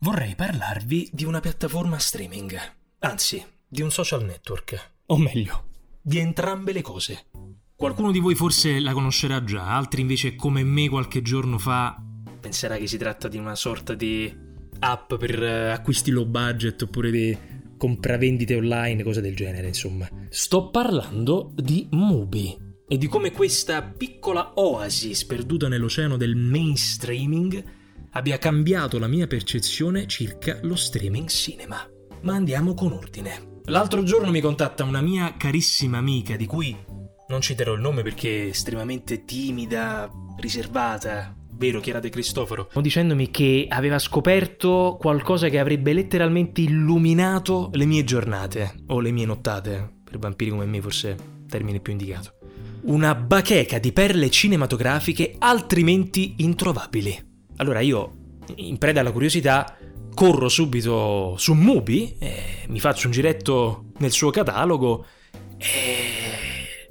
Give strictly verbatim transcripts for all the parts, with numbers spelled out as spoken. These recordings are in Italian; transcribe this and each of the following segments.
vorrei parlarvi di una piattaforma streaming, anzi, di un social network, o meglio, di entrambe le cose. Qualcuno di voi forse la conoscerà già, altri invece come me qualche giorno fa penserà che si tratta di una sorta di app per acquisti low budget oppure di compravendite online, cose del genere, insomma. Sto parlando di Mubi e di come questa piccola oasi sperduta nell'oceano del mainstreaming abbia cambiato la mia percezione circa lo streaming cinema. Ma andiamo con ordine. L'altro giorno mi contatta una mia carissima amica, di cui non citerò il nome perché è estremamente timida, riservata, vero Chiara De Cristoforo, dicendomi che aveva scoperto qualcosa che avrebbe letteralmente illuminato le mie giornate, o le mie nottate, per vampiri come me forse termine più indicato. Una bacheca di perle cinematografiche altrimenti introvabili. Allora io, in preda alla curiosità, corro subito su Mubi, e mi faccio un giretto nel suo catalogo e...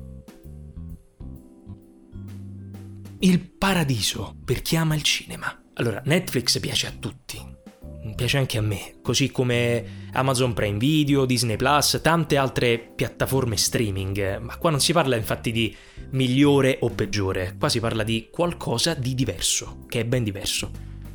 il paradiso per chi ama il cinema. Allora, Netflix piace a tutti, piace anche a me, così come Amazon Prime Video, Disney Plus, tante altre piattaforme streaming, ma qua non si parla infatti di migliore o peggiore, qua si parla di qualcosa di diverso, che è ben diverso.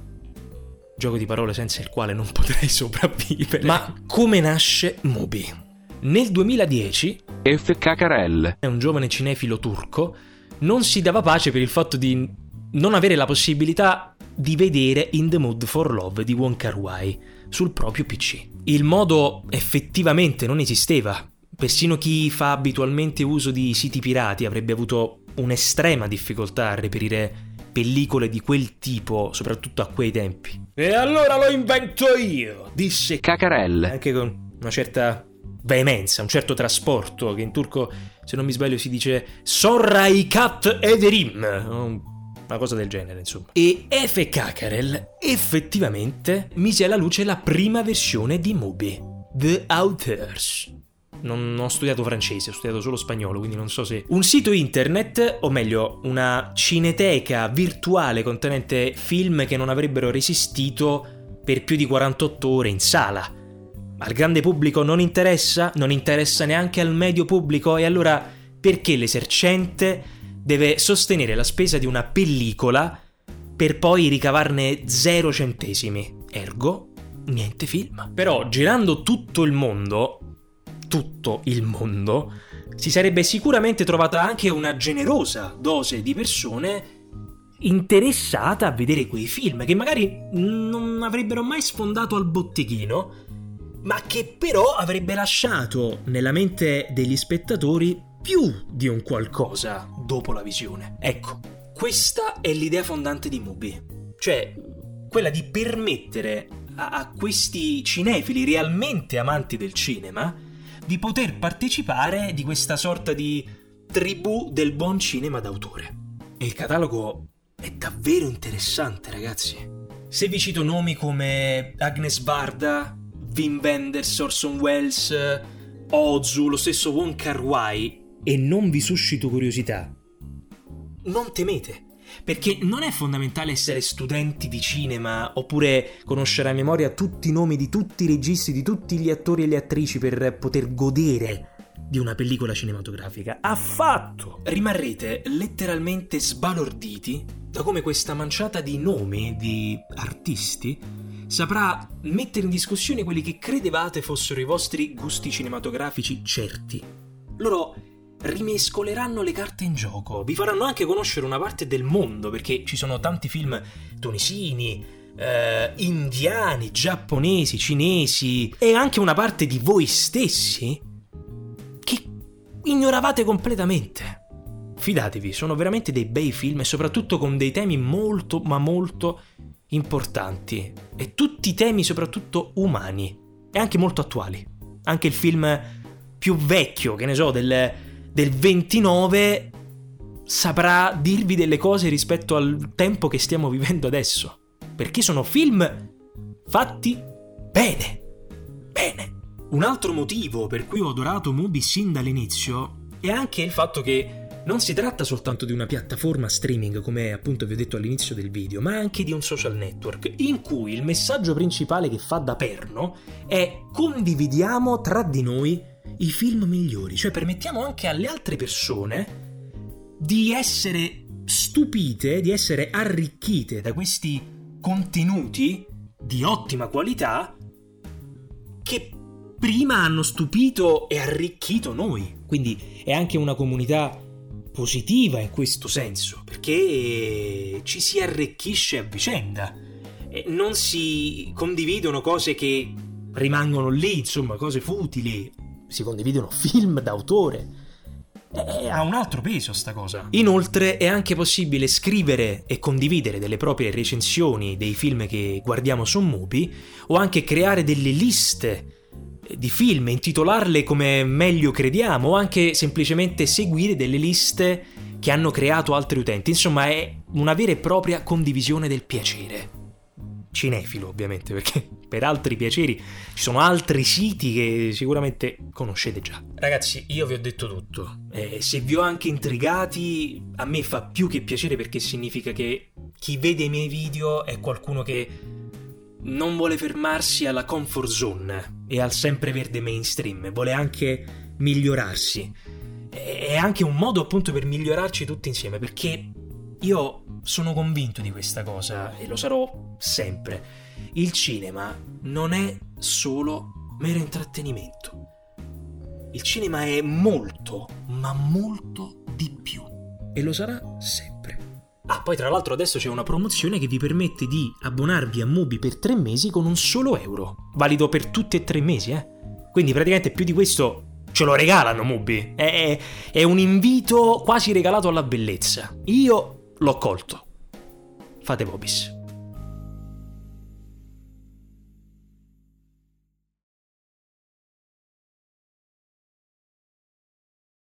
Gioco di parole senza il quale non potrei sopravvivere. Ma come nasce Mubi? Nel duemiladieci F. Kakarel, un giovane cinefilo turco, non si dava pace per il fatto di non avere la possibilità di vedere In the Mood for Love di Wong Kar-wai sul proprio P C. Il modo effettivamente non esisteva. Persino chi fa abitualmente uso di siti pirati avrebbe avuto un'estrema difficoltà a reperire pellicole di quel tipo, soprattutto a quei tempi. E allora lo invento io, disse Kakarel, anche con una certa veemenza, un certo trasporto, che in turco, se non mi sbaglio, si dice Sorrai kat ederim, una cosa del genere, insomma. E Efe Kakarel effettivamente mise alla luce la prima versione di Mubi, The Authors. Non ho studiato francese, ho studiato solo spagnolo, quindi non so se... Un sito internet, o meglio, una cineteca virtuale contenente film che non avrebbero resistito per più di quarantotto ore in sala. Al grande pubblico non interessa? Non interessa neanche al medio pubblico? E allora perché l'esercente deve sostenere la spesa di una pellicola per poi ricavarne zero centesimi? Ergo, niente film. Però, girando tutto il mondo... tutto il mondo, si sarebbe sicuramente trovata anche una generosa dose di persone interessata a vedere quei film che magari non avrebbero mai sfondato al botteghino, ma che però avrebbe lasciato nella mente degli spettatori più di un qualcosa dopo la visione. Ecco, questa è l'idea fondante di Mubi, cioè quella di permettere a, a questi cinefili realmente amanti del cinema di poter partecipare di questa sorta di tribù del buon cinema d'autore. E il catalogo è davvero interessante, ragazzi. Se vi cito nomi come Agnes Varda, Wim Wenders, Orson Welles, Ozu, lo stesso Wong Kar-wai, e non vi suscito curiosità, non temete, perché non è fondamentale essere studenti di cinema oppure conoscere a memoria tutti i nomi di tutti i registi, di tutti gli attori e le attrici per poter godere di una pellicola cinematografica. Affatto! Rimarrete letteralmente sbalorditi da come questa manciata di nomi, di artisti, saprà mettere in discussione quelli che credevate fossero i vostri gusti cinematografici certi. Loro rimescoleranno le carte in gioco, vi faranno anche conoscere una parte del mondo, perché ci sono tanti film tunisini, eh, indiani, giapponesi, cinesi, e anche una parte di voi stessi che ignoravate completamente. Fidatevi, sono veramente dei bei film e soprattutto con dei temi molto ma molto importanti, e tutti temi soprattutto umani e anche molto attuali. Anche il film più vecchio, che ne so, del del ventinove saprà dirvi delle cose rispetto al tempo che stiamo vivendo adesso, perché sono film fatti bene, bene. Un altro motivo per cui ho adorato Mubi sin dall'inizio è anche il fatto che non si tratta soltanto di una piattaforma streaming, come appunto vi ho detto all'inizio del video, ma anche di un social network in cui il messaggio principale che fa da perno è: condividiamo tra di noi i film migliori, cioè permettiamo anche alle altre persone di essere stupite, di essere arricchite da questi contenuti di ottima qualità che prima hanno stupito e arricchito noi. Quindi è anche una comunità positiva in questo senso, perché ci si arricchisce a vicenda e non si condividono cose che rimangono lì, insomma, cose futili, si condividono film d'autore. E ha un altro peso sta cosa. Inoltre è anche possibile scrivere e condividere delle proprie recensioni dei film che guardiamo su Mubi, o anche creare delle liste di film, intitolarle come meglio crediamo, o anche semplicemente seguire delle liste che hanno creato altri utenti. Insomma, è una vera e propria condivisione del piacere. Cinefilo, ovviamente, perché per altri piaceri ci sono altri siti che sicuramente conoscete già. Ragazzi, io vi ho detto tutto. Eh, se vi ho anche intrigati, a me fa più che piacere, perché significa che chi vede i miei video è qualcuno che non vuole fermarsi alla comfort zone e al sempreverde mainstream, vuole anche migliorarsi. È anche un modo appunto per migliorarci tutti insieme, perché io sono convinto di questa cosa e lo sarò sempre. Il cinema non è solo mero intrattenimento. Il cinema è molto, ma molto di più. E lo sarà sempre. Ah, poi tra l'altro adesso c'è una promozione che vi permette di abbonarvi a Mubi per tre mesi con un solo euro. Valido per tutti e tre i mesi, eh. Quindi praticamente più di questo ce lo regalano Mubi. È, è un invito quasi regalato alla bellezza. Io l'ho colto. Fate vobis.